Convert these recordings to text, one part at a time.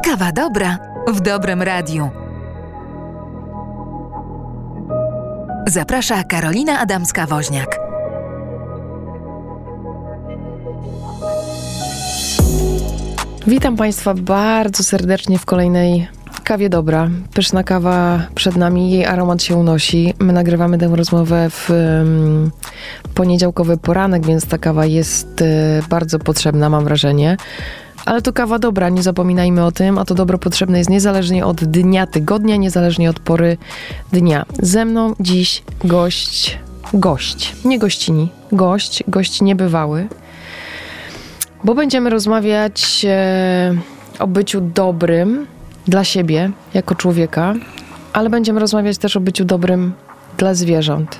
Kawa dobra w dobrym radiu. Zaprasza Karolina Adamska-Woźniak. Witam Państwa bardzo serdecznie w kolejnej Kawie Dobra. Pyszna kawa przed nami, jej aromat się unosi. My nagrywamy tę rozmowę w poniedziałkowy poranek, więc ta kawa jest bardzo potrzebna, mam wrażenie. Ale to kawa dobra, nie zapominajmy o tym, a to dobro potrzebne jest niezależnie od dnia, tygodnia, niezależnie od pory dnia. Ze mną dziś gość, nie gościni, gość niebywały, bo będziemy rozmawiać o byciu dobrym dla siebie, jako człowieka, ale będziemy rozmawiać też o byciu dobrym dla zwierząt.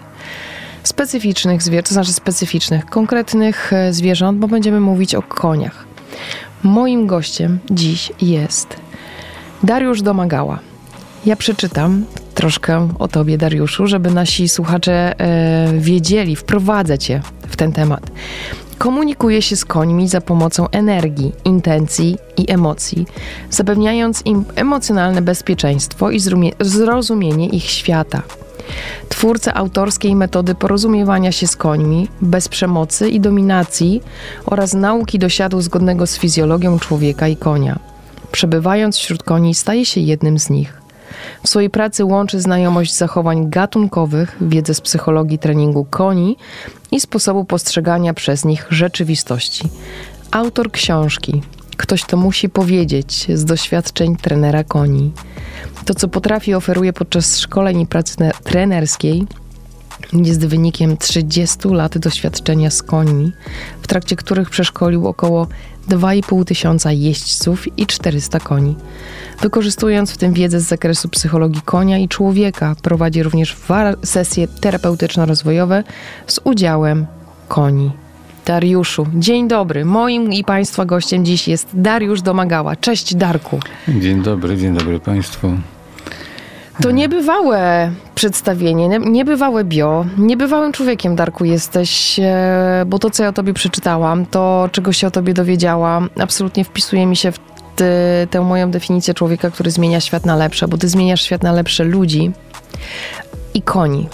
Specyficznych, konkretnych zwierząt, bo będziemy mówić o koniach. Moim gościem dziś jest Dariusz Domagała. Ja przeczytam troszkę o tobie, Dariuszu, żeby nasi słuchacze wiedzieli, wprowadzę cię w ten temat. Komunikuje się z końmi za pomocą energii, intencji i emocji, zapewniając im emocjonalne bezpieczeństwo i zrozumienie ich świata. Twórca autorskiej metody porozumiewania się z końmi bez przemocy i dominacji oraz nauki dosiadu zgodnego z fizjologią człowieka i konia. Przebywając wśród koni, staje się jednym z nich. W swojej pracy łączy znajomość zachowań gatunkowych, wiedzę z psychologii treningu koni i sposobu postrzegania przez nich rzeczywistości. Autor książki Ktoś to musi powiedzieć z doświadczeń trenera koni. To, co potrafi, oferuje podczas szkoleń i pracy trenerskiej, jest wynikiem 30 lat doświadczenia z końmi, w trakcie których przeszkolił około 2,5 tysiąca jeźdźców i 400 koni. Wykorzystując w tym wiedzę z zakresu psychologii konia i człowieka, prowadzi również sesje terapeutyczno-rozwojowe z udziałem koni. Dariuszu, dzień dobry. Moim i Państwa gościem dziś jest Dariusz Domagała. Cześć, Darku. Dzień dobry Państwu. To niebywałe przedstawienie, niebywałe bio. Niebywałym człowiekiem, Darku, jesteś, bo to, co ja o tobie przeczytałam, to, czego się o tobie dowiedziałam, absolutnie wpisuje mi się w tę moją definicję człowieka, który zmienia świat na lepsze, bo ty zmieniasz świat na lepsze ludzi i koni.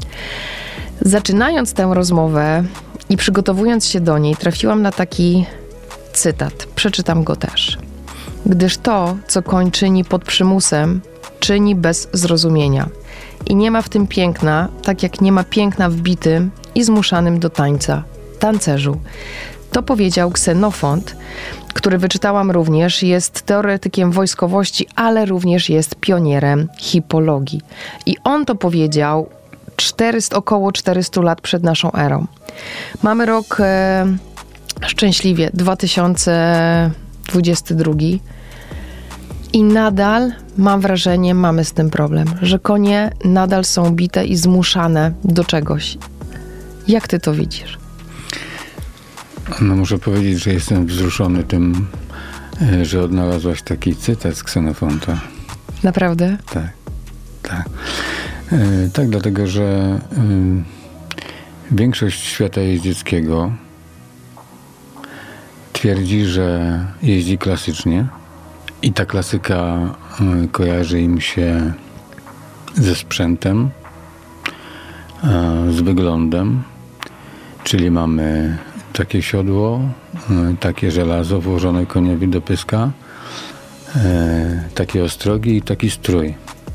Zaczynając tę rozmowę i przygotowując się do niej, trafiłam na taki cytat. Przeczytam go też. Gdyż to, co koń czyni pod przymusem, czyni bez zrozumienia. I nie ma w tym piękna, tak jak nie ma piękna w bitym i zmuszanym do tańca tancerzu. To powiedział Ksenofont, który, wyczytałam również, jest teoretykiem wojskowości, ale również jest pionierem hipologii. I on to powiedział około 400 lat przed naszą erą. Mamy rok szczęśliwie 2022 i nadal, mam wrażenie, mamy z tym problem, że konie nadal są bite i zmuszane do czegoś. Jak ty to widzisz? No, muszę powiedzieć, że jestem wzruszony tym, że odnalazłaś taki cytat z Ksenofonta. Naprawdę? Tak. Tak, dlatego, że większość świata jeździeckiego twierdzi, że jeździ klasycznie i ta klasyka kojarzy im się ze sprzętem, z wyglądem, czyli mamy takie siodło, takie żelazo włożone koniowi do pyska, takie ostrogi i taki strój.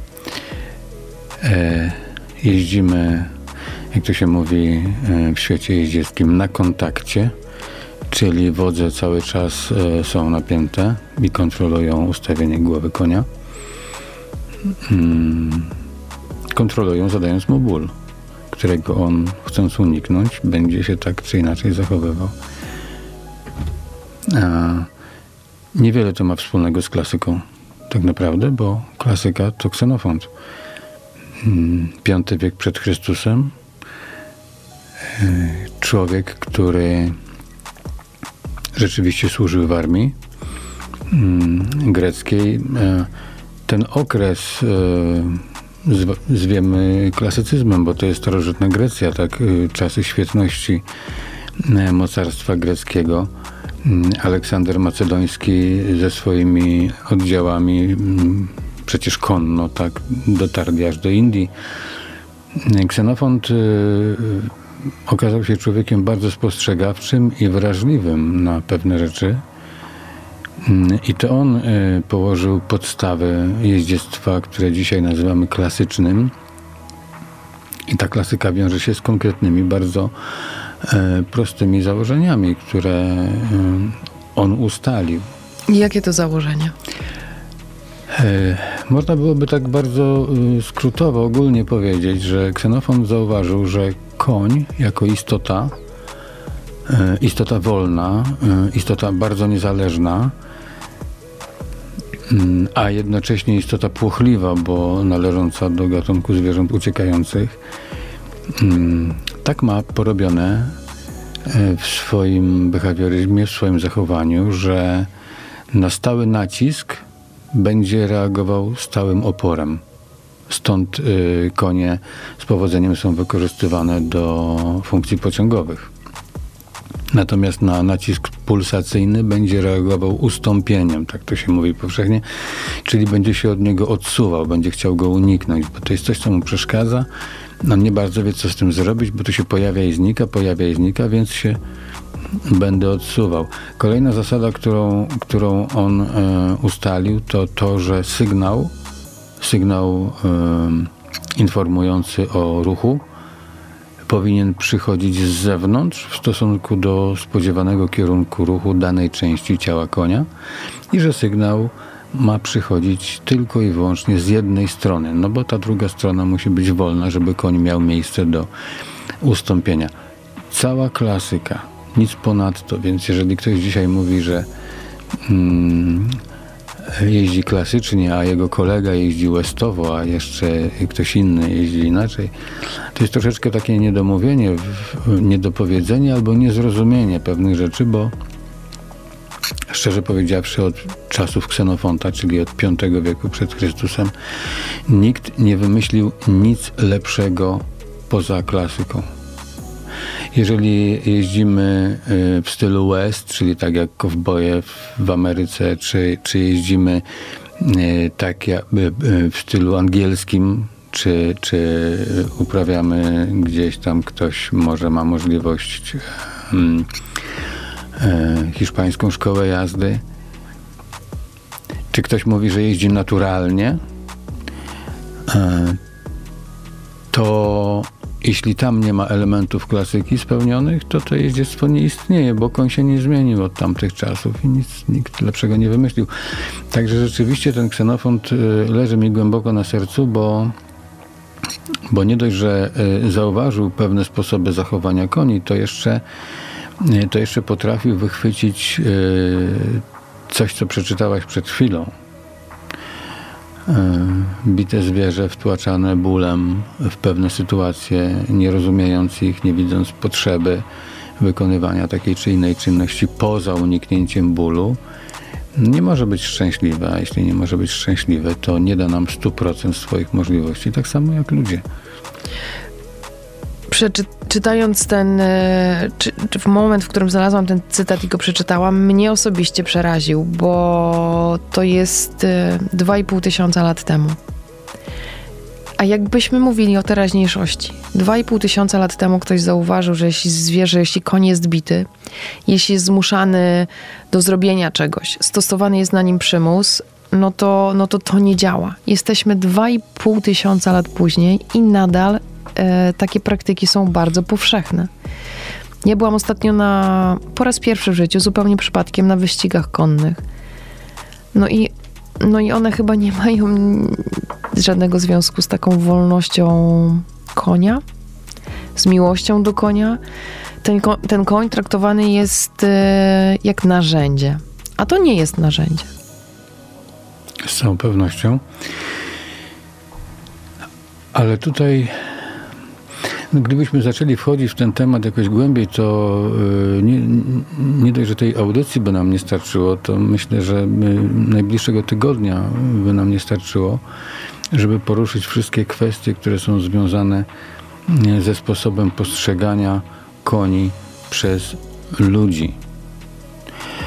Jeździmy, jak to się mówi w świecie jeździeckim, na kontakcie, czyli wodze cały czas są napięte i kontrolują ustawienie głowy konia. Kontrolują, zadając mu ból, którego on, chcąc uniknąć, będzie się tak czy inaczej zachowywał. Niewiele to ma wspólnego z klasyką, tak naprawdę, bo klasyka to Ksenofont. V wiek przed Chrystusem. Człowiek, który rzeczywiście służył w armii greckiej. Ten okres zwiemy klasycyzmem, bo to jest starożytna Grecja, tak, czasy świetności mocarstwa greckiego. Aleksander Macedoński ze swoimi oddziałami, przecież konno, tak, dotarli aż do Indii. Ksenofont okazał się człowiekiem bardzo spostrzegawczym i wrażliwym na pewne rzeczy. I to on położył podstawę jeździectwa, które dzisiaj nazywamy klasycznym. I ta klasyka wiąże się z konkretnymi, bardzo prostymi założeniami, które on ustalił. I jakie to założenia? Można byłoby tak bardzo skrótowo, ogólnie powiedzieć, że Ksenofont zauważył, że koń jako istota wolna, istota bardzo niezależna, a jednocześnie istota płochliwa, bo należąca do gatunku zwierząt uciekających, tak ma porobione w swoim behawioryzmie, w swoim zachowaniu, że na stały nacisk będzie reagował stałym oporem. Stąd konie z powodzeniem są wykorzystywane do funkcji pociągowych. Natomiast na nacisk pulsacyjny będzie reagował ustąpieniem, tak to się mówi powszechnie, czyli będzie się od niego odsuwał, będzie chciał go uniknąć, bo to jest coś, co mu przeszkadza. On nie bardzo wie, co z tym zrobić, bo to się pojawia i znika, więc się będę odsuwał. Kolejna zasada, którą on ustalił, to to, że sygnał informujący o ruchu powinien przychodzić z zewnątrz w stosunku do spodziewanego kierunku ruchu danej części ciała konia i że sygnał ma przychodzić tylko i wyłącznie z jednej strony, no bo ta druga strona musi być wolna, żeby koń miał miejsce do ustąpienia. Cała klasyka, nic ponadto, więc jeżeli ktoś dzisiaj mówi, że jeździ klasycznie, a jego kolega jeździ westowo, a jeszcze ktoś inny jeździ inaczej, to jest troszeczkę takie niedomówienie, niedopowiedzenie albo niezrozumienie pewnych rzeczy, bo szczerze powiedziawszy, od czasów Ksenofonta, czyli od V wieku przed Chrystusem, nikt nie wymyślił nic lepszego poza klasyką. Jeżeli jeździmy w stylu west, czyli tak jak kowboje w Ameryce, czy jeździmy tak jakby w stylu angielskim, czy uprawiamy gdzieś tam, ktoś może ma możliwość hiszpańską szkołę jazdy, czy ktoś mówi, że jeździ naturalnie, to jeśli tam nie ma elementów klasyki spełnionych, to jeździectwo nie istnieje, bo koń się nie zmienił od tamtych czasów i nikt lepszego nie wymyślił. Także rzeczywiście ten Ksenofont leży mi głęboko na sercu, bo nie dość, że zauważył pewne sposoby zachowania koni, to jeszcze potrafił wychwycić coś, co przeczytałaś przed chwilą. Bite zwierzę wtłaczane bólem w pewne sytuacje, nie rozumiejąc ich, nie widząc potrzeby wykonywania takiej czy innej czynności poza uniknięciem bólu, nie może być szczęśliwe, a jeśli nie może być szczęśliwe, to nie da nam 100% swoich możliwości, tak samo jak ludzie. Czytając czy w moment, w którym znalazłam ten cytat i go przeczytałam, mnie osobiście przeraził, bo to jest 2500 lat temu. A jakbyśmy mówili o teraźniejszości. 2500 lat temu ktoś zauważył, że jeśli koń jest bity, jeśli jest zmuszany do zrobienia czegoś, stosowany jest na nim przymus, no to nie działa. Jesteśmy 2500 lat później i nadal takie praktyki są bardzo powszechne. Ja byłam ostatnio po raz pierwszy w życiu, zupełnie przypadkiem, na wyścigach konnych. No i one chyba nie mają żadnego związku z taką wolnością konia, z miłością do konia. Ten koń traktowany jest jak narzędzie, a to nie jest narzędzie. Z całą pewnością. Ale tutaj gdybyśmy zaczęli wchodzić w ten temat jakoś głębiej, to nie dość, że tej audycji by nam nie starczyło, to myślę, że najbliższego tygodnia by nam nie starczyło, żeby poruszyć wszystkie kwestie, które są związane ze sposobem postrzegania koni przez ludzi.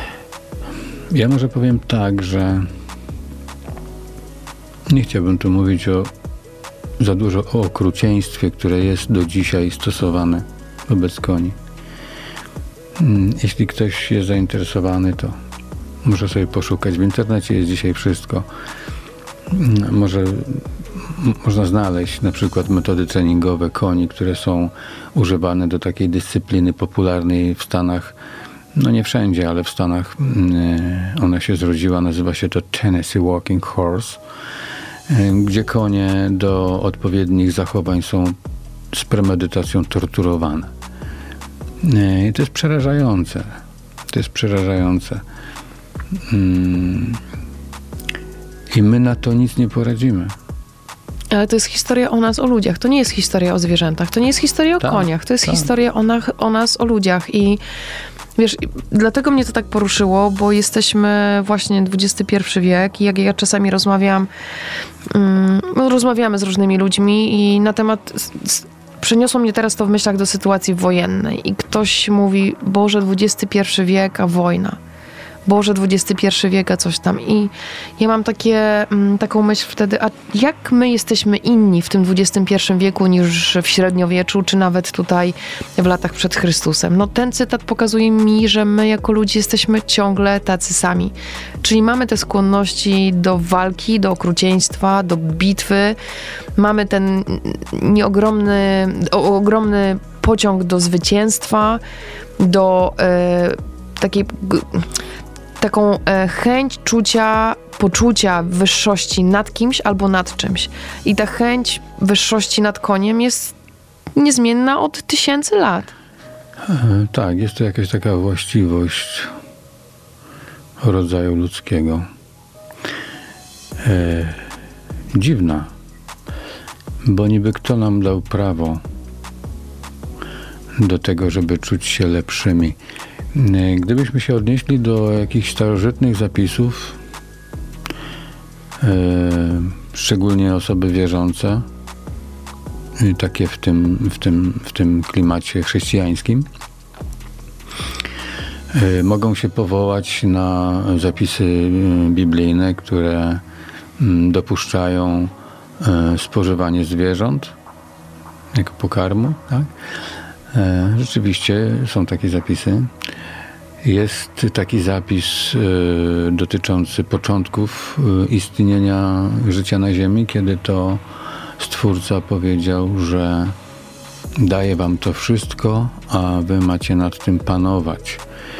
Ja może powiem tak, że nie chciałbym tu mówić za dużo o okrucieństwie, które jest do dzisiaj stosowane wobec koni. Jeśli ktoś jest zainteresowany, to może sobie poszukać. W internecie jest dzisiaj wszystko. Można znaleźć na przykład metody treningowe koni, które są używane do takiej dyscypliny popularnej w Stanach. No nie wszędzie, ale w Stanach ona się zrodziła. Nazywa się to Tennessee Walking Horse, gdzie konie do odpowiednich zachowań są z premedytacją torturowane. I to jest przerażające. I my na to nic nie poradzimy. Ale to jest historia o nas, o ludziach. To nie jest historia o zwierzętach. To nie jest historia o koniach. To jest historia o nas, o ludziach. I wiesz, dlatego mnie to tak poruszyło, bo jesteśmy właśnie XXI wiek i jak ja czasami rozmawiamy z różnymi ludźmi i na temat... Przeniosło mnie teraz to w myślach do sytuacji wojennej i ktoś mówi, Boże, XXI wiek, a wojna. Boże, XXI wiek, a coś tam. I ja mam taką myśl wtedy, a jak my jesteśmy inni w tym XXI wieku niż w średniowieczu, czy nawet tutaj w latach przed Chrystusem? No ten cytat pokazuje mi, że my jako ludzie jesteśmy ciągle tacy sami. Czyli mamy te skłonności do walki, do okrucieństwa, do bitwy. Mamy ten ogromny pociąg do zwycięstwa, do taką chęć poczucia wyższości nad kimś albo nad czymś. I ta chęć wyższości nad koniem jest niezmienna od tysięcy lat. Tak, jest to jakaś taka właściwość rodzaju ludzkiego. Dziwna, bo niby kto nam dał prawo do tego, żeby czuć się lepszymi. Gdybyśmy się odnieśli do jakichś starożytnych zapisów, szczególnie osoby wierzące, takie w tym klimacie chrześcijańskim, mogą się powołać na zapisy biblijne, które dopuszczają spożywanie zwierząt jako pokarmu, tak? Rzeczywiście są takie zapisy. Jest taki zapis dotyczący początków istnienia życia na Ziemi, kiedy to Stwórca powiedział, że daje wam to wszystko, a wy macie nad tym panować.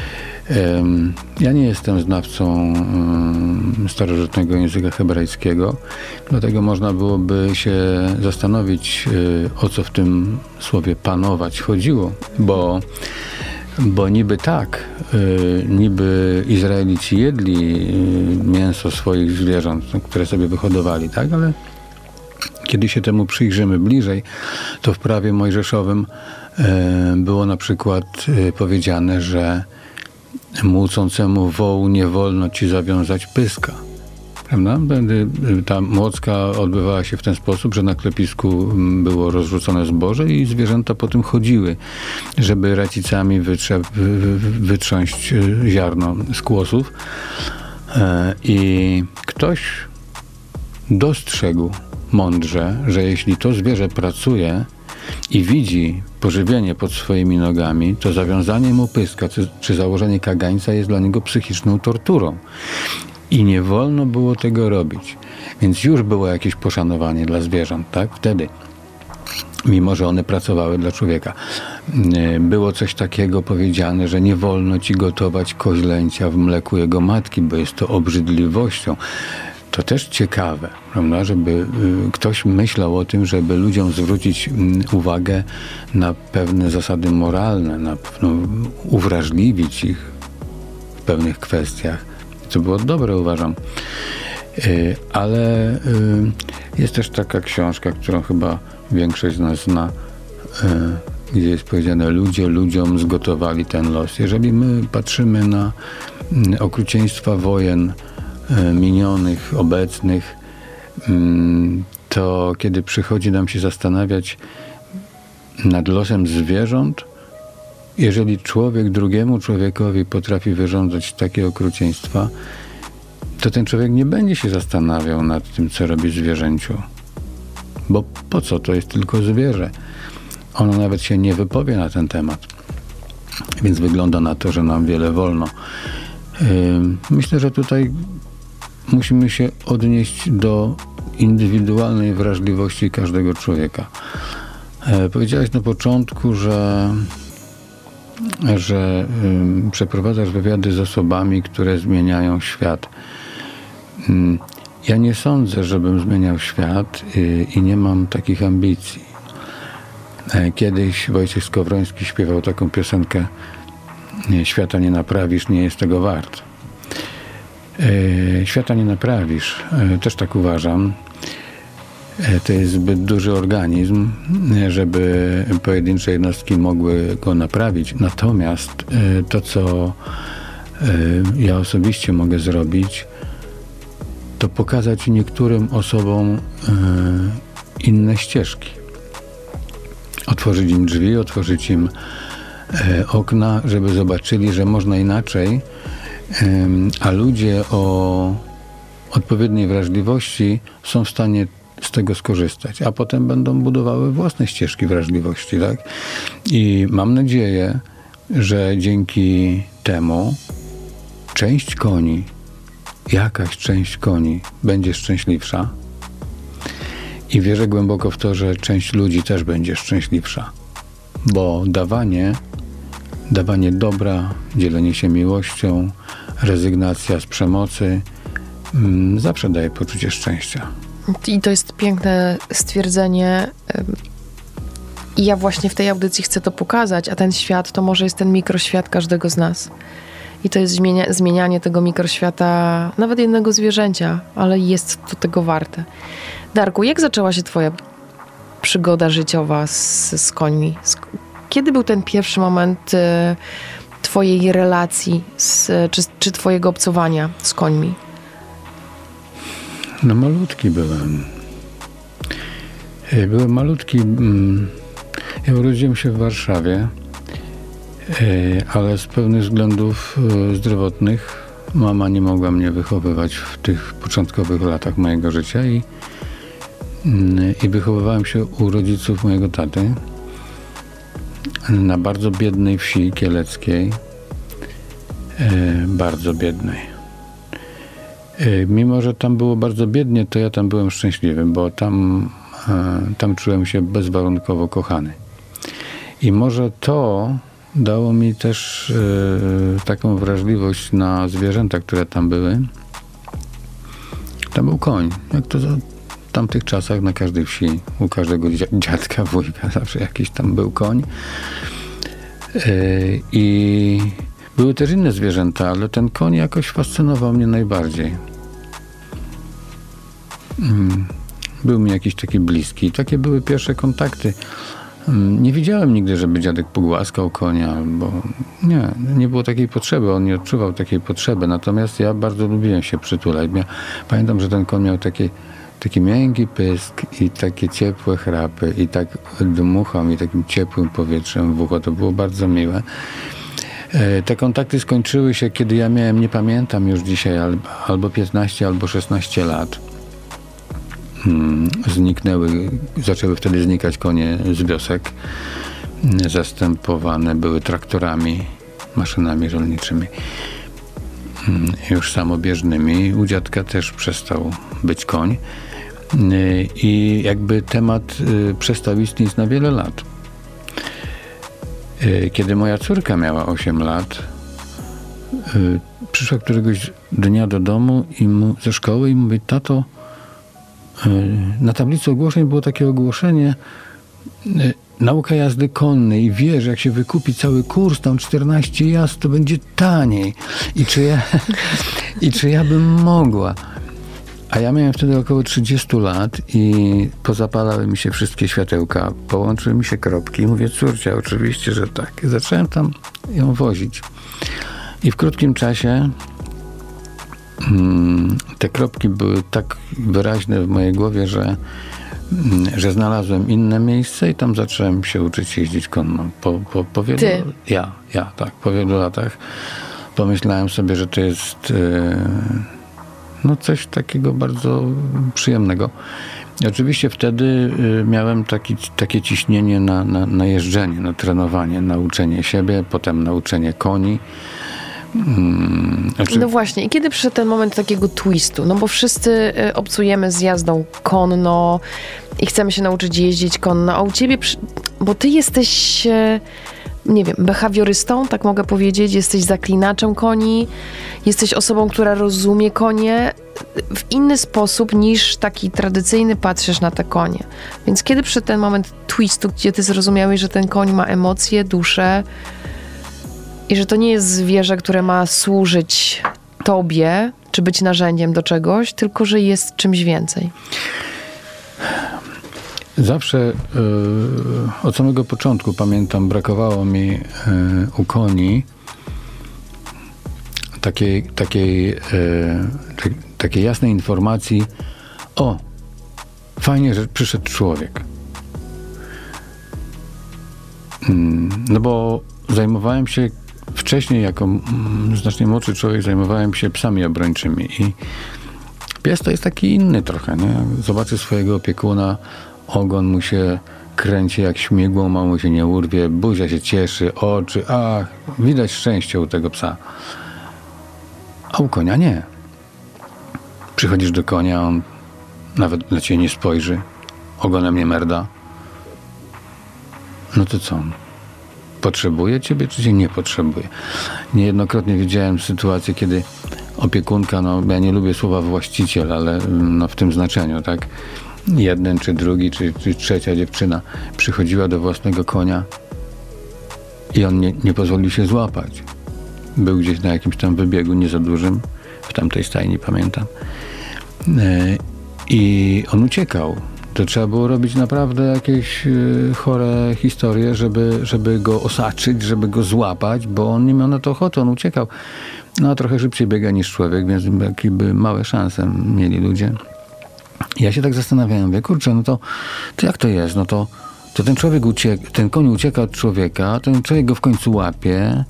Ja nie jestem znawcą starożytnego języka hebrajskiego, dlatego można byłoby się zastanowić, o co w tym słowie panować chodziło, bo niby tak, niby Izraelici jedli mięso swoich zwierząt, które sobie wyhodowali, tak, ale kiedy się temu przyjrzymy bliżej, to w prawie mojżeszowym było na przykład powiedziane, że młócącemu wołu nie wolno ci zawiązać pyska. Prawda? Ta młocka odbywała się w ten sposób, że na klepisku było rozrzucone zboże i zwierzęta po tym chodziły, żeby racicami wytrząść ziarno z kłosów. I ktoś dostrzegł mądrze, że jeśli to zwierzę pracuje i widzi pożywienie pod swoimi nogami, to zawiązanie mu pyska czy założenie kagańca jest dla niego psychiczną torturą. I nie wolno było tego robić. Więc już było jakieś poszanowanie dla zwierząt, tak? Wtedy. Mimo że one pracowały dla człowieka. Było coś takiego powiedziane, że nie wolno ci gotować koźlęcia w mleku jego matki, bo jest to obrzydliwością. To też ciekawe, prawda? Żeby ktoś myślał o tym, żeby ludziom zwrócić uwagę na pewne zasady moralne, uwrażliwić ich w pewnych kwestiach. Co było dobre, uważam. Ale jest też taka książka, którą chyba większość z nas zna, gdzie jest powiedziane, ludzie ludziom zgotowali ten los. Jeżeli my patrzymy na okrucieństwa wojen minionych, obecnych, to kiedy przychodzi nam się zastanawiać nad losem zwierząt Jeżeli człowiek drugiemu człowiekowi potrafi wyrządzać takie okrucieństwa, to ten człowiek nie będzie się zastanawiał nad tym, co robi zwierzęciu. Bo po co? To jest tylko zwierzę. Ono nawet się nie wypowie na ten temat. Więc wygląda na to, że nam wiele wolno. Myślę, że tutaj musimy się odnieść do indywidualnej wrażliwości każdego człowieka. Powiedziałeś na początku, że przeprowadzasz wywiady z osobami, które zmieniają świat. Ja nie sądzę, żebym zmieniał świat i nie mam takich ambicji. Kiedyś Wojciech Skowroński śpiewał taką piosenkę: świata nie naprawisz, nie jest tego wart. Świata nie naprawisz. Też tak uważam. To jest zbyt duży organizm, żeby pojedyncze jednostki mogły go naprawić. Natomiast to, co ja osobiście mogę zrobić, to pokazać niektórym osobom inne ścieżki. Otworzyć im drzwi, otworzyć im okna, żeby zobaczyli, że można inaczej, a ludzie o odpowiedniej wrażliwości są w stanie z tego skorzystać, a potem będą budowały własne ścieżki wrażliwości, tak? I mam nadzieję, że dzięki temu jakaś część koni będzie szczęśliwsza i wierzę głęboko w to, że część ludzi też będzie szczęśliwsza, bo dawanie dobra, dzielenie się miłością, rezygnacja z przemocy zawsze daje poczucie szczęścia. I to jest piękne stwierdzenie. I ja właśnie w tej audycji chcę to pokazać, a ten świat to może jest ten mikroświat każdego z nas. I to jest zmienianie tego mikroświata, nawet jednego zwierzęcia, ale jest to tego warte. Darku, jak zaczęła się twoja przygoda życiowa z końmi? Kiedy był ten pierwszy moment twojej relacji czy twojego obcowania z końmi? No malutki byłem. Byłem malutki. Ja urodziłem się w Warszawie, ale z pewnych względów zdrowotnych mama nie mogła mnie wychowywać w tych początkowych latach mojego życia i wychowywałem się u rodziców mojego taty na bardzo biednej wsi kieleckiej. Bardzo biednej. Mimo że tam było bardzo biednie, to ja tam byłem szczęśliwy, bo tam czułem się bezwarunkowo kochany. I może to dało mi też taką wrażliwość na zwierzęta, które tam były. Tam był koń. Jak to w tamtych czasach na każdej wsi, u każdego dziadka, wujka zawsze jakiś tam był koń. I były też inne zwierzęta, ale ten koń jakoś fascynował mnie najbardziej. Był mi jakiś taki bliski. Takie były pierwsze kontakty. Nie widziałem nigdy, żeby dziadek pogłaskał konia, bo nie było takiej potrzeby. On nie odczuwał takiej potrzeby. Natomiast ja bardzo lubiłem się przytulać. Pamiętam, że ten koń miał taki miękki pysk i takie ciepłe chrapy i tak dmuchał mi takim ciepłym powietrzem w ucho. To było bardzo miłe. Te kontakty skończyły się, kiedy ja miałem, nie pamiętam już dzisiaj, albo 15, albo 16 lat. Zaczęły wtedy znikać konie z wiosek. Zastępowane były traktorami, maszynami rolniczymi, już samobieżnymi. U dziadka też przestał być koń. I jakby temat przestał istnieć na wiele lat. Kiedy moja córka miała 8 lat, przyszła któregoś dnia do domu ze szkoły i mówi: tato, na tablicy ogłoszeń było takie ogłoszenie: nauka jazdy konnej, i wiesz, jak się wykupi cały kurs, tam 14 jazd, to będzie taniej. I czy ja bym mogła? A ja miałem wtedy około 30 lat i pozapalały mi się wszystkie światełka, połączyły mi się kropki i mówię: córcia, oczywiście, że tak. Zacząłem tam ją wozić. I w krótkim czasie te kropki były tak wyraźne w mojej głowie, że że znalazłem inne miejsce i tam zacząłem się uczyć jeździć konno. Po wielu... Ty? Tak. Po wielu latach pomyślałem sobie, że to jest coś takiego bardzo przyjemnego. I oczywiście wtedy miałem takie ciśnienie na jeżdżenie, na trenowanie, na uczenie siebie, potem na uczenie koni. No właśnie, i kiedy przyszedł ten moment takiego twistu? No bo wszyscy obcujemy z jazdą konno i chcemy się nauczyć jeździć konno, a u ciebie, bo ty jesteś, nie wiem, behawiorystą, tak mogę powiedzieć, jesteś zaklinaczem koni, jesteś osobą, która rozumie konie w inny sposób niż taki tradycyjny patrzysz na te konie. Więc kiedy przyszedł ten moment twistu, gdzie ty zrozumiałeś, że ten koń ma emocje, duszę, i że to nie jest zwierzę, które ma służyć tobie, czy być narzędziem do czegoś, tylko że jest czymś więcej. Zawsze od samego początku, pamiętam, brakowało mi u koni takiej jasnej informacji: o, fajnie, że przyszedł człowiek. No bo zajmowałem się wcześniej, jako znacznie młodszy człowiek, zajmowałem się psami obrończymi i pies to jest taki inny trochę, nie? Zobaczy swojego opiekuna, ogon mu się kręci jak śmigło, mało się nie urwie, buzia się cieszy, oczy, widać szczęście u tego psa. A u konia nie. Przychodzisz do konia, on nawet na ciebie nie spojrzy, ogonem nie merda. No to co? Potrzebuje ciebie, czy cię nie potrzebuje? Niejednokrotnie widziałem sytuację, kiedy opiekunka, ja nie lubię słowa właściciel, ale w tym znaczeniu, tak? Jeden, czy drugi, czy trzecia dziewczyna przychodziła do własnego konia i on nie pozwolił się złapać. Był gdzieś na jakimś tam wybiegu, nie za dużym, w tamtej stajni, pamiętam. I on uciekał. To trzeba było robić naprawdę jakieś chore historie, żeby go osaczyć, żeby go złapać, bo on nie miał na to ochoty, on uciekał. No, trochę szybciej biega niż człowiek, więc jakby małe szanse mieli ludzie. Ja się tak zastanawiałem, mówię, kurczę, no to jak to jest? No to ten człowiek ten koń ucieka od człowieka, ten człowiek go w końcu łapie,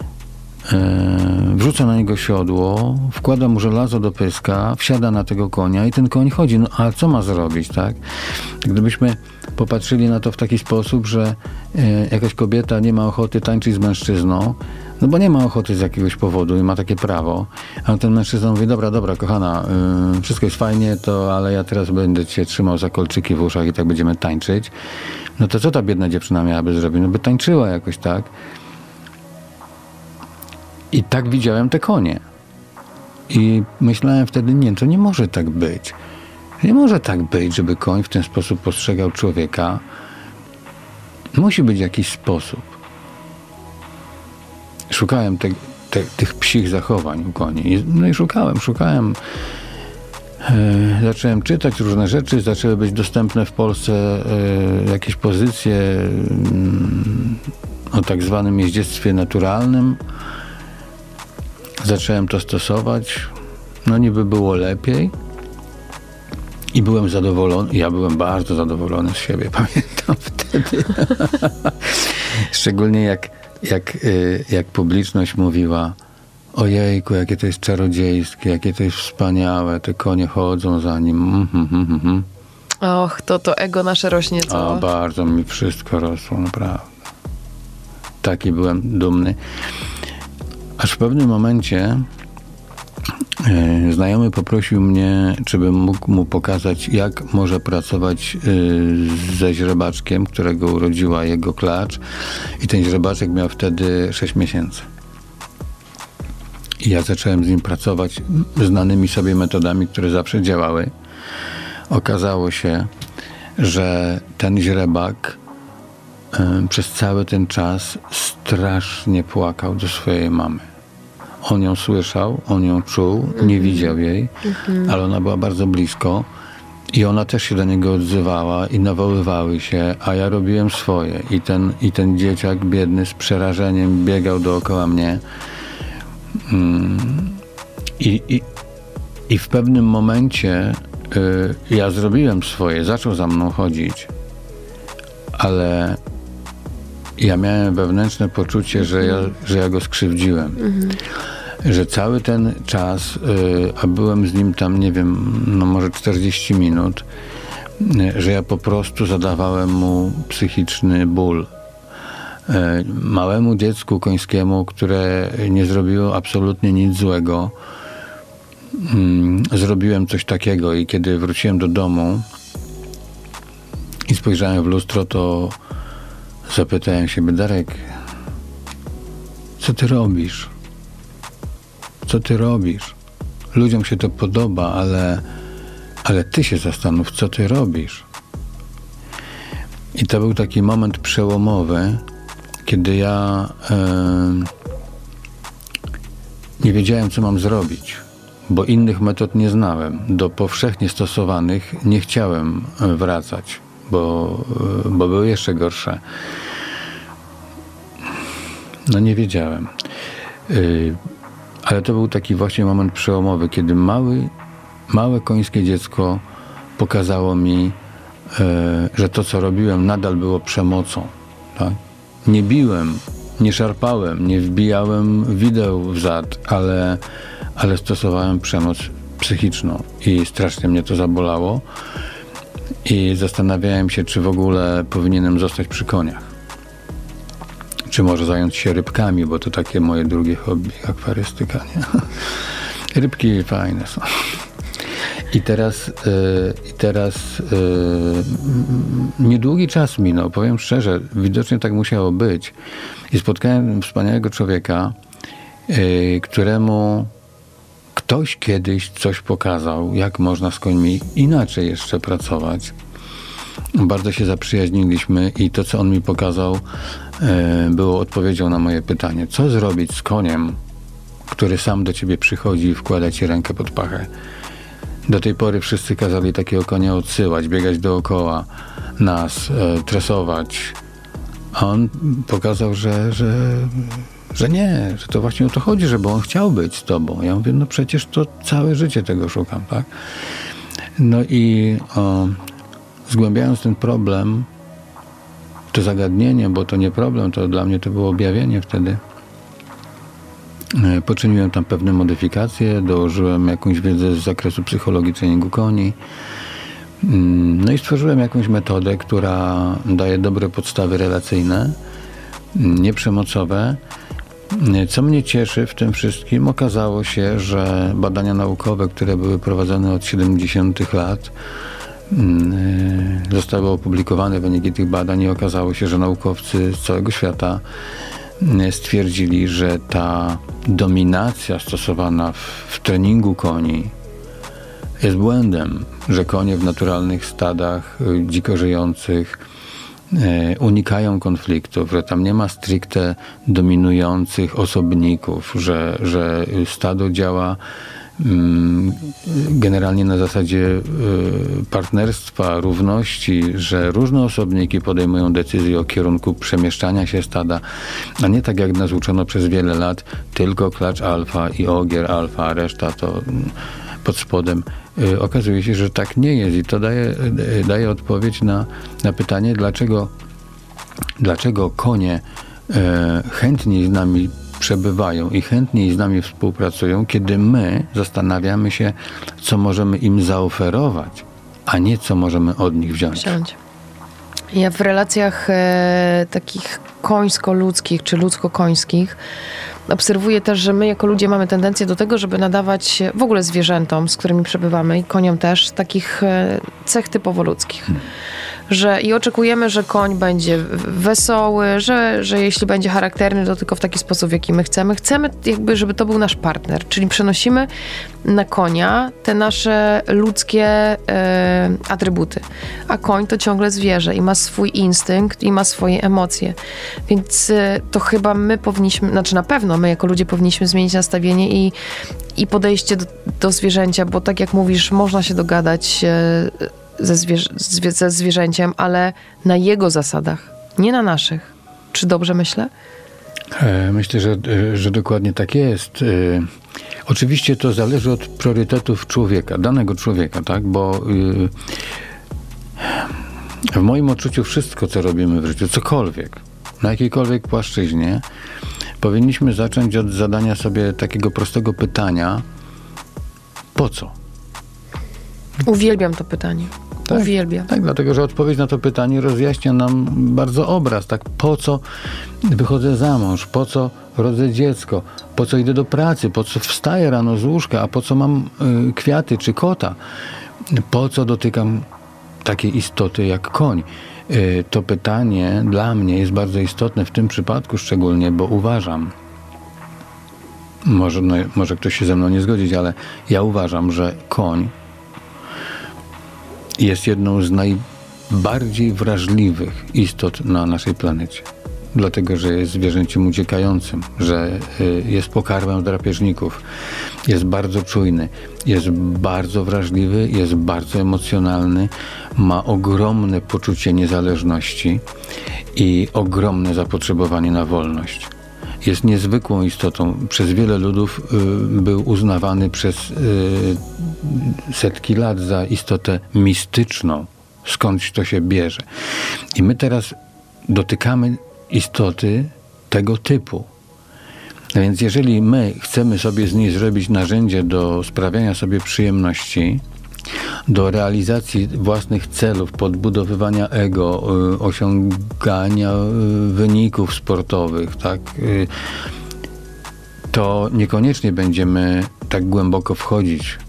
wrzuca na niego siodło, wkłada mu żelazo do pyska, wsiada na tego konia i ten koń chodzi. No a co ma zrobić, tak? Gdybyśmy popatrzyli na to w taki sposób, że jakaś kobieta nie ma ochoty tańczyć z mężczyzną, no bo nie ma ochoty z jakiegoś powodu i ma takie prawo, a ten mężczyzna mówi: dobra, kochana, wszystko jest fajnie, ale ja teraz będę cię trzymał za kolczyki w uszach i tak będziemy tańczyć. No to co ta biedna dziewczyna miałaby zrobić? No by tańczyła jakoś, tak? I tak widziałem te konie. I myślałem wtedy, to nie może tak być. Nie może tak być, żeby koń w ten sposób postrzegał człowieka. Musi być jakiś sposób. Szukałem tych psich zachowań u koni. No i szukałem. Zacząłem czytać różne rzeczy, zaczęły być dostępne w Polsce jakieś pozycje o tak zwanym jeździectwie naturalnym. Zacząłem to stosować. No niby było lepiej. I byłem zadowolony. Ja byłem bardzo zadowolony z siebie, pamiętam wtedy. Szczególnie jak publiczność mówiła: ojejku, jakie to jest czarodziejskie, jakie to jest wspaniałe, te konie chodzą za nim. Och, to ego nasze rośnie, co? Bardzo mi wszystko rosło, naprawdę. Taki byłem dumny. Aż w pewnym momencie znajomy poprosił mnie, czy bym mógł mu pokazać, jak może pracować ze źrebaczkiem, którego urodziła jego klacz. I ten źrebaczek miał wtedy 6 miesięcy. I ja zacząłem z nim pracować znanymi sobie metodami, które zawsze działały. Okazało się, że ten źrebak przez cały ten czas strasznie płakał do swojej mamy. On ją słyszał, on ją czuł, nie widział jej, ale ona była bardzo blisko i ona też się do niego odzywała i nawoływały się, a ja robiłem swoje. I ten dzieciak biedny z przerażeniem biegał dookoła mnie. I w pewnym momencie ja zrobiłem swoje, zaczął za mną chodzić, ale ja miałem wewnętrzne poczucie, że ja go skrzywdziłem. Że cały ten czas, a byłem z nim tam, nie wiem, no może 40 minut, że ja po prostu zadawałem mu psychiczny ból. Małemu dziecku końskiemu, które nie zrobiło absolutnie nic złego, zrobiłem coś takiego i kiedy wróciłem do domu i spojrzałem w lustro, to zapytałem siebie: Darek, co ty robisz? Co ty robisz? Ludziom się to podoba, ale ty się zastanów, co ty robisz. I to był taki moment przełomowy, kiedy ja nie wiedziałem, co mam zrobić, bo innych metod nie znałem. Do powszechnie stosowanych nie chciałem wracać, bo były jeszcze gorsze. No nie wiedziałem. Ale to był taki właśnie moment przełomowy, kiedy małe końskie dziecko pokazało mi, że to, co robiłem, nadal było przemocą. Tak? Nie biłem, nie szarpałem, nie wbijałem wideł w zad, ale stosowałem przemoc psychiczną i strasznie mnie to zabolało i zastanawiałem się, czy w ogóle powinienem zostać przy koniach. Czy może zająć się rybkami, bo to takie moje drugie hobby, akwarystyka, nie? Rybki fajne są. I teraz niedługi czas minął, powiem szczerze, widocznie tak musiało być. I spotkałem wspaniałego człowieka, któremu ktoś kiedyś coś pokazał, jak można z końmi inaczej jeszcze pracować. Bardzo się zaprzyjaźniliśmy i to, co on mi pokazał, było odpowiedzią na moje pytanie. Co zrobić z koniem, który sam do ciebie przychodzi i wkłada ci rękę pod pachę? Do tej pory wszyscy kazali takiego konia odsyłać, biegać dookoła nas, tresować. A on pokazał, że nie, że to właśnie o to chodzi, żeby on chciał być z tobą. Ja mówię, no przecież to całe życie tego szukam, tak? No i zgłębiając ten problem, to zagadnienie, bo to nie problem, to dla mnie to było objawienie wtedy. Poczyniłem tam pewne modyfikacje, dołożyłem jakąś wiedzę z zakresu psychologii treningu koni. No i stworzyłem jakąś metodę, która daje dobre podstawy relacyjne, nieprzemocowe. Co mnie cieszy w tym wszystkim, okazało się, że badania naukowe, które były prowadzone od 70 lat, zostały opublikowane wyniki tych badań i okazało się, że naukowcy z całego świata stwierdzili, że ta dominacja stosowana w treningu koni jest błędem, że konie w naturalnych stadach dziko żyjących unikają konfliktów, że tam nie ma stricte dominujących osobników, że stado działa generalnie na zasadzie partnerstwa, równości, że różne osobniki podejmują decyzje o kierunku przemieszczania się stada, a nie tak jak nas uczono przez wiele lat, tylko klacz alfa i ogier alfa, a reszta to pod spodem. Okazuje się, że tak nie jest i to daje odpowiedź na pytanie, dlaczego konie chętniej z nami przebywają i chętniej z nami współpracują, kiedy my zastanawiamy się, co możemy im zaoferować, a nie co możemy od nich wziąć. Ja w relacjach takich końsko-ludzkich czy ludzko-końskich obserwuję też, że my jako ludzie mamy tendencję do tego, żeby nadawać w ogóle zwierzętom, z którymi przebywamy i koniom też, takich cech typowo ludzkich. I oczekujemy, że koń będzie wesoły, że jeśli będzie charakterny, to tylko w taki sposób, w jaki my chcemy. Chcemy jakby, żeby to był nasz partner, czyli przenosimy na konia te nasze ludzkie atrybuty. A koń to ciągle zwierzę i ma swój instynkt i ma swoje emocje. Więc to chyba my powinniśmy, znaczy na pewno my jako ludzie powinniśmy zmienić nastawienie i podejście do zwierzęcia, bo tak jak mówisz, można się dogadać ze zwierzęciem, ale na jego zasadach, nie na naszych. Czy dobrze myślę? Myślę, że dokładnie tak jest. Oczywiście to zależy od priorytetów człowieka, danego człowieka, tak? Bo w moim odczuciu wszystko, co robimy w życiu, cokolwiek, na jakiejkolwiek płaszczyźnie, powinniśmy zacząć od zadania sobie takiego prostego pytania: po co? Uwielbiam to pytanie. Tak? Uwielbiam. Tak, dlatego, że odpowiedź na to pytanie rozjaśnia nam bardzo obraz, tak? Po co wychodzę za mąż? Po co rodzę dziecko? Po co idę do pracy? Po co wstaję rano z łóżka? A po co mam kwiaty czy kota? Po co dotykam takiej istoty jak koń? To pytanie dla mnie jest bardzo istotne w tym przypadku szczególnie, bo uważam, może ktoś się ze mną nie zgodzić, ale ja uważam, że koń jest jedną z najbardziej wrażliwych istot na naszej planecie. Dlatego, że jest zwierzęciem uciekającym, że jest pokarmem drapieżników, jest bardzo czujny, jest bardzo wrażliwy, jest bardzo emocjonalny, ma ogromne poczucie niezależności i ogromne zapotrzebowanie na wolność. Jest niezwykłą istotą. Przez wiele ludów był uznawany przez setki lat za istotę mistyczną. Skądś to się bierze. I my teraz dotykamy istoty tego typu. A więc jeżeli my chcemy sobie z niej zrobić narzędzie do sprawiania sobie przyjemności, do realizacji własnych celów, podbudowywania ego, osiągania wyników sportowych, tak, to niekoniecznie będziemy tak głęboko wchodzić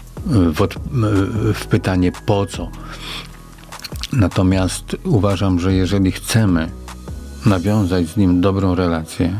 w pytanie po co. Natomiast uważam, że jeżeli chcemy nawiązać z nim dobrą relację,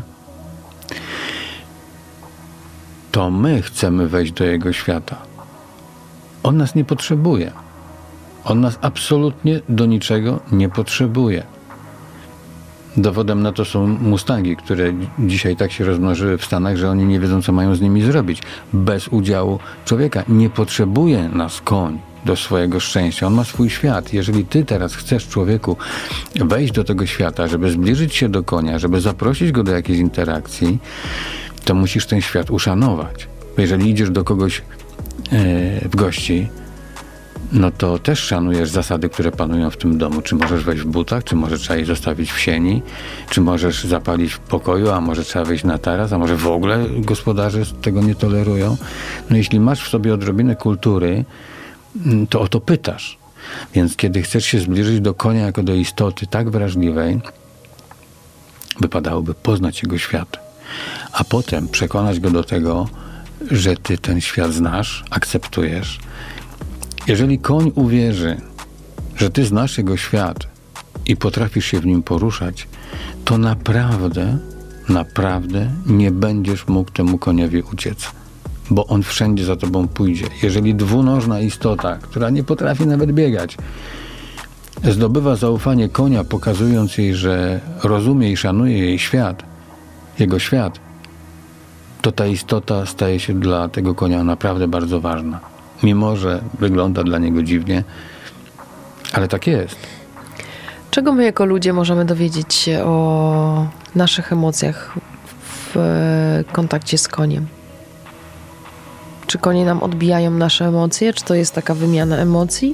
to my chcemy wejść do jego świata. On nas nie potrzebuje. On nas absolutnie do niczego nie potrzebuje. Dowodem na to są mustangi, które dzisiaj tak się rozmnożyły w Stanach, że oni nie wiedzą, co mają z nimi zrobić. Bez udziału człowieka. Nie potrzebuje nas koń do swojego szczęścia. On ma swój świat. Jeżeli ty teraz chcesz, człowieku, wejść do tego świata, żeby zbliżyć się do konia, żeby zaprosić go do jakiejś interakcji, to musisz ten świat uszanować. Bo jeżeli idziesz do kogoś w gości, no to też szanujesz zasady, które panują w tym domu. Czy możesz wejść w butach, czy może trzeba je zostawić w sieni, czy możesz zapalić w pokoju, a może trzeba wejść na taras, a może w ogóle gospodarze tego nie tolerują. No jeśli masz w sobie odrobinę kultury, to o to pytasz. Więc kiedy chcesz się zbliżyć do konia jako do istoty tak wrażliwej, wypadałoby poznać jego świat, a potem przekonać go do tego, że ty ten świat znasz, akceptujesz. Jeżeli koń uwierzy, że ty znasz jego świat i potrafisz się w nim poruszać, to naprawdę nie będziesz mógł temu koniowi uciec, bo on wszędzie za tobą pójdzie. Jeżeli dwunożna istota, która nie potrafi nawet biegać, zdobywa zaufanie konia, pokazując jej, że rozumie i szanuje jej świat, jego świat, to ta istota staje się dla tego konia naprawdę bardzo ważna. Mimo że wygląda dla niego dziwnie, ale tak jest. Czego my jako ludzie możemy dowiedzieć się o naszych emocjach w kontakcie z koniem? Czy konie nam odbijają nasze emocje? Czy to jest taka wymiana emocji?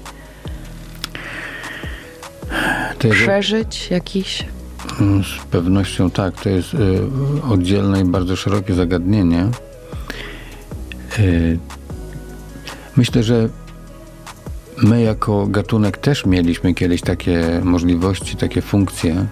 Przeżyć jakiś? Z pewnością tak. To jest oddzielne i bardzo szerokie zagadnienie. Myślę, że my jako gatunek też mieliśmy kiedyś takie możliwości, takie funkcje,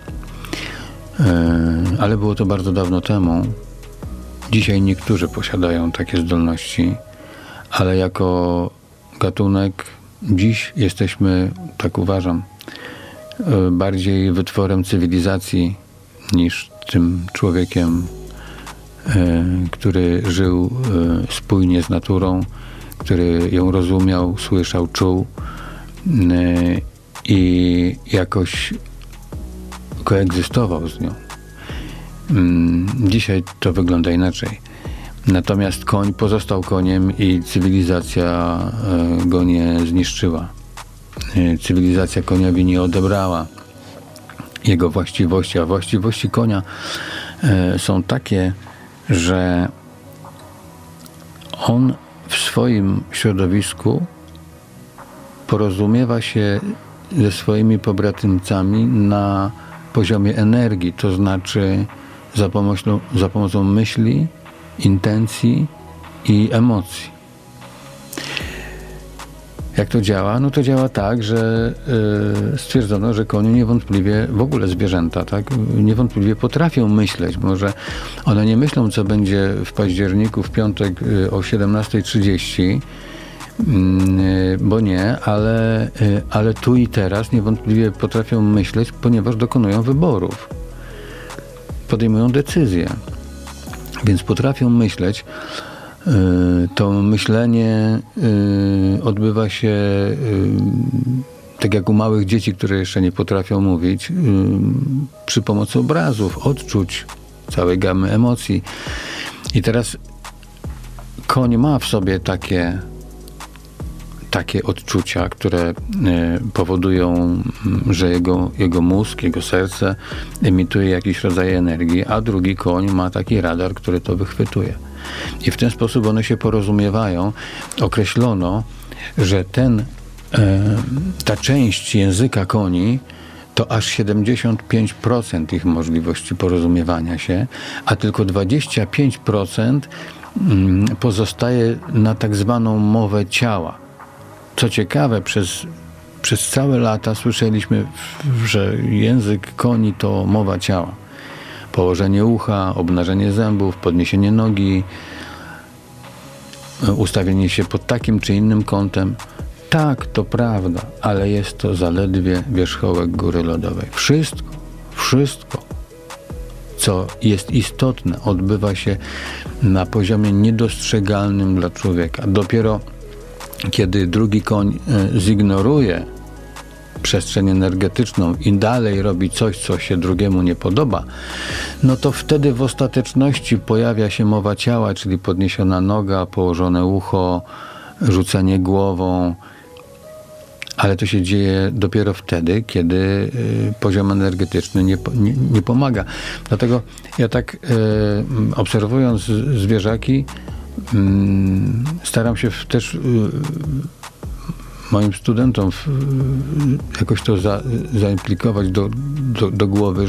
ale było to bardzo dawno temu. Dzisiaj niektórzy posiadają takie zdolności, ale jako gatunek dziś jesteśmy, tak uważam, bardziej wytworem cywilizacji niż tym człowiekiem, który żył spójnie z naturą, który ją rozumiał, słyszał, czuł i jakoś koegzystował z nią. Dzisiaj to wygląda inaczej. Natomiast koń pozostał koniem i cywilizacja go nie zniszczyła. Cywilizacja koniowi nie odebrała jego właściwości, a właściwości konia są takie, że on w swoim środowisku porozumiewa się ze swoimi pobratymcami na poziomie energii, to znaczy za pomocą myśli, intencji i emocji. Jak to działa? No to działa tak, że stwierdzono, że konie niewątpliwie, w ogóle zwierzęta, tak, niewątpliwie potrafią myśleć. Może one nie myślą, co będzie w październiku, w piątek o 17:30, bo nie, ale tu i teraz niewątpliwie potrafią myśleć, ponieważ dokonują wyborów. Podejmują decyzje. Więc potrafią myśleć. To myślenie odbywa się tak jak u małych dzieci, które jeszcze nie potrafią mówić, przy pomocy obrazów, odczuć, całej gamy emocji. I teraz koń ma w sobie takie odczucia, które powodują, że jego mózg, jego serce emituje jakiś rodzaj energii, a drugi koń ma taki radar, który to wychwytuje. I w ten sposób one się porozumiewają. Określono, że ta część języka koni to aż 75% ich możliwości porozumiewania się, a tylko 25% pozostaje na tak zwaną mowę ciała. Co ciekawe, przez całe lata słyszeliśmy, że język koni to mowa ciała. Położenie ucha, obnażenie zębów, podniesienie nogi, ustawienie się pod takim czy innym kątem. Tak, to prawda, ale jest to zaledwie wierzchołek góry lodowej. Wszystko, co jest istotne, odbywa się na poziomie niedostrzegalnym dla człowieka. Dopiero kiedy drugi koń zignoruje przestrzeń energetyczną i dalej robi coś, co się drugiemu nie podoba, no to wtedy w ostateczności pojawia się mowa ciała, czyli podniesiona noga, położone ucho, rzucenie głową, ale to się dzieje dopiero wtedy, kiedy poziom energetyczny nie pomaga. Dlatego ja tak obserwując zwierzaki, staram się też moim studentom jakoś to zaimplikować do głowy,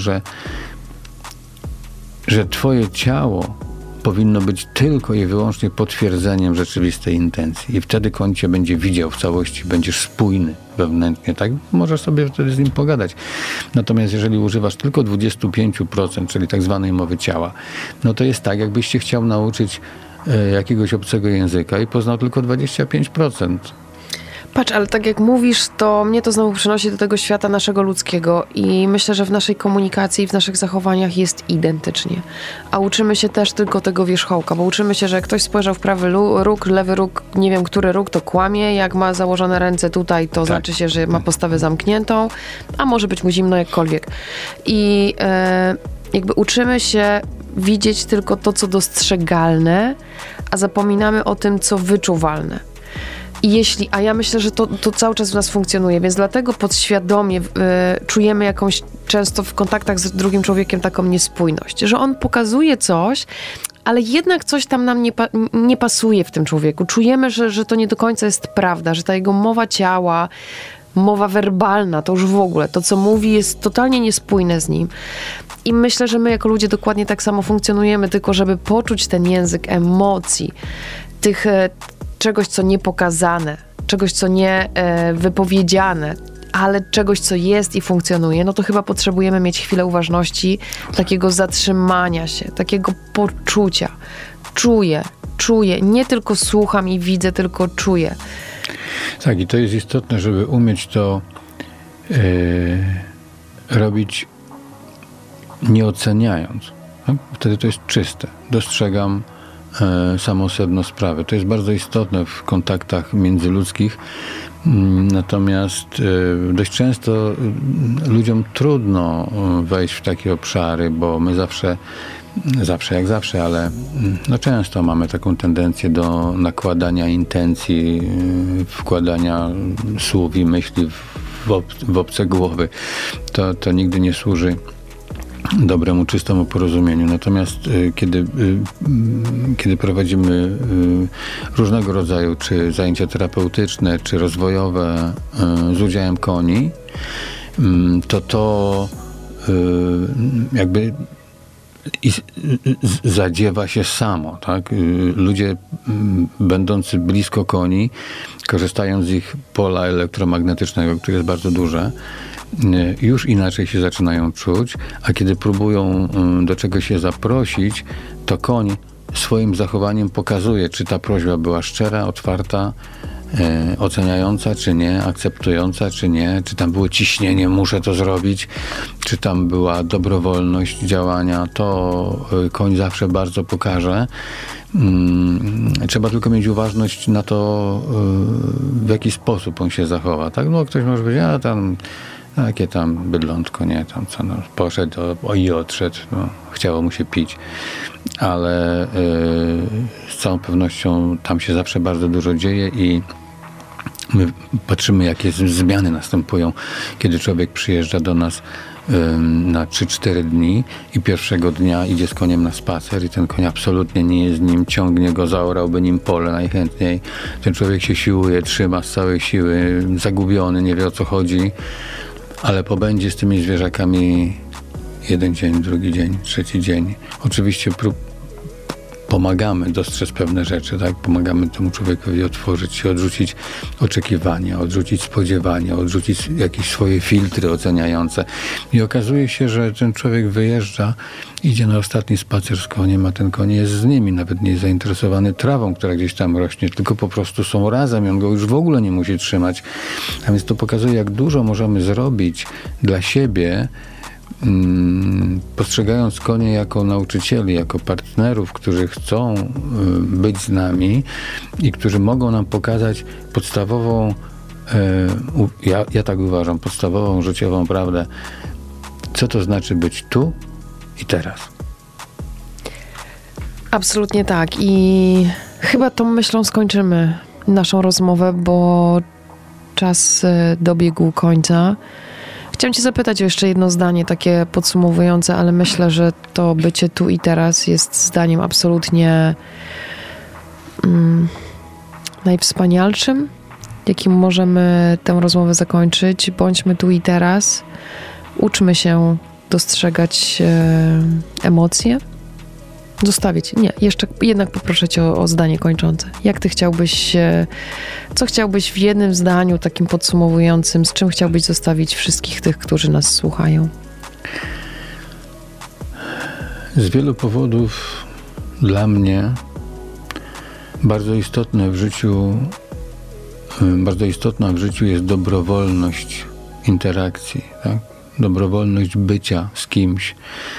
że twoje ciało powinno być tylko i wyłącznie potwierdzeniem rzeczywistej intencji. I wtedy koń cię będzie widział w całości, będziesz spójny wewnętrznie, tak? Możesz sobie wtedy z nim pogadać. Natomiast jeżeli używasz tylko 25%, czyli tak zwanej mowy ciała, no to jest tak, jakbyś się chciał nauczyć jakiegoś obcego języka i poznał tylko 25%. Patrz, ale tak jak mówisz, to mnie to znowu przynosi do tego świata naszego ludzkiego i myślę, że w naszej komunikacji i w naszych zachowaniach jest identycznie. A uczymy się też tylko tego wierzchołka, bo uczymy się, że jak ktoś spojrzał w prawy róg, lewy róg, nie wiem, który róg, to kłamie. Jak ma założone ręce tutaj, to znaczy się, że ma postawę zamkniętą, a może być mu zimno jakkolwiek. I jakby uczymy się widzieć tylko to, co dostrzegalne, a zapominamy o tym, co wyczuwalne. A ja myślę, że to cały czas w nas funkcjonuje, więc dlatego podświadomie czujemy jakąś często w kontaktach z drugim człowiekiem taką niespójność, że on pokazuje coś, ale jednak coś tam nam nie pasuje w tym człowieku. Czujemy, że to nie do końca jest prawda, że ta jego mowa ciała, mowa werbalna, to już w ogóle, to co mówi jest totalnie niespójne z nim. I myślę, że my jako ludzie dokładnie tak samo funkcjonujemy, tylko żeby poczuć ten język emocji, czegoś, co nie pokazane, czegoś, co nie wypowiedziane, ale czegoś, co jest i funkcjonuje, no to chyba potrzebujemy mieć chwilę uważności, takiego zatrzymania się, takiego poczucia. Czuję, nie tylko słucham i widzę, tylko czuję. Tak, i to jest istotne, żeby umieć to robić nie oceniając. No? Wtedy to jest czyste. Dostrzegam samo sedno sprawy. To jest bardzo istotne w kontaktach międzyludzkich. Natomiast dość często ludziom trudno wejść w takie obszary, bo my zawsze jak zawsze, ale no często mamy taką tendencję do nakładania intencji, wkładania słów i myśli w obce głowy. To nigdy nie służy dobremu, czystemu porozumieniu. Natomiast kiedy prowadzimy różnego rodzaju, czy zajęcia terapeutyczne, czy rozwojowe z udziałem koni, to jakby zadziewa się samo, tak? Ludzie będący blisko koni, korzystając z ich pola elektromagnetycznego, które jest bardzo duże, już inaczej się zaczynają czuć, a kiedy próbują do czegoś się zaprosić, to koń swoim zachowaniem pokazuje, czy ta prośba była szczera, otwarta, oceniająca, czy nie, akceptująca, czy nie, czy tam było ciśnienie, muszę to zrobić, czy tam była dobrowolność działania, to koń zawsze bardzo pokaże. Trzeba tylko mieć uważność na to, w jaki sposób on się zachowa. Tak? No, ktoś może powiedzieć, a tam takie tam bydlątko, nie, tam co, no, poszedł i odszedł, no, chciało mu się pić. Ale z całą pewnością tam się zawsze bardzo dużo dzieje i my patrzymy, jakie zmiany następują, kiedy człowiek przyjeżdża do nas na 3-4 dni i pierwszego dnia idzie z koniem na spacer i ten koń absolutnie nie jest z nim, ciągnie go, zaorałby nim pole najchętniej. Ten człowiek się siłuje, trzyma z całej siły, zagubiony, nie wie o co chodzi, ale pobędzie z tymi zwierzakami jeden dzień, drugi dzień, trzeci dzień. Oczywiście pomagamy dostrzec pewne rzeczy, tak? Pomagamy temu człowiekowi otworzyć się, odrzucić oczekiwania, odrzucić spodziewania, odrzucić jakieś swoje filtry oceniające. I okazuje się, że ten człowiek wyjeżdża, idzie na ostatni spacer z koniem, a ten koń jest z nimi, nawet nie jest zainteresowany trawą, która gdzieś tam rośnie, tylko po prostu są razem i on go już w ogóle nie musi trzymać. A więc to pokazuje, jak dużo możemy zrobić dla siebie, postrzegając konie jako nauczycieli, jako partnerów, którzy chcą być z nami i którzy mogą nam pokazać podstawową, ja tak uważam, podstawową życiową prawdę, co to znaczy być tu i teraz. Absolutnie tak. I chyba tą myślą skończymy naszą rozmowę, bo czas dobiegł końca. Chciałam cię zapytać o jeszcze jedno zdanie, takie podsumowujące, ale myślę, że to bycie tu i teraz jest zdaniem absolutnie najwspanialszym, jakim możemy tę rozmowę zakończyć. Bądźmy tu i teraz, uczmy się dostrzegać emocje, zostawić. Nie, jeszcze jednak poproszę cię o zdanie kończące. Jak ty chciałbyś, co chciałbyś w jednym zdaniu takim podsumowującym, z czym chciałbyś zostawić wszystkich tych, którzy nas słuchają? Z wielu powodów dla mnie bardzo istotna w życiu jest dobrowolność interakcji, tak? Dobrowolność bycia z kimś,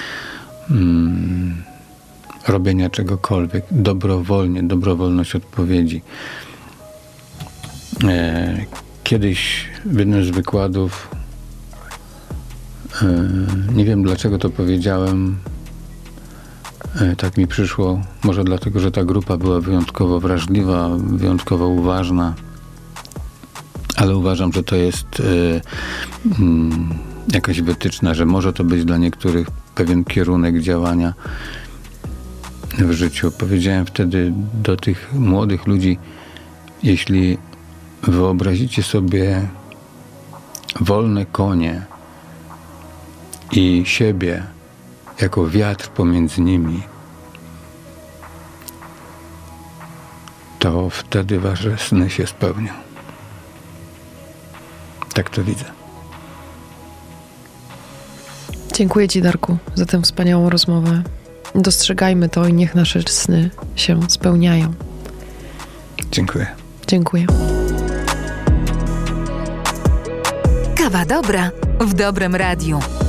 robienia czegokolwiek, dobrowolność odpowiedzi. Kiedyś w jednym z wykładów, nie wiem dlaczego to powiedziałem, tak mi przyszło, może dlatego, że ta grupa była wyjątkowo wrażliwa, wyjątkowo uważna, ale uważam, że to jest jakaś wytyczna, że może to być dla niektórych pewien kierunek działania w życiu. Powiedziałem wtedy do tych młodych ludzi, jeśli wyobrazicie sobie wolne konie i siebie jako wiatr pomiędzy nimi, to wtedy wasze sny się spełnią. Tak to widzę. Dziękuję ci, Darku, za tę wspaniałą rozmowę. Dostrzegajmy to i niech nasze sny się spełniają. Dziękuję. Dziękuję. Kawa dobra w dobrym radiu.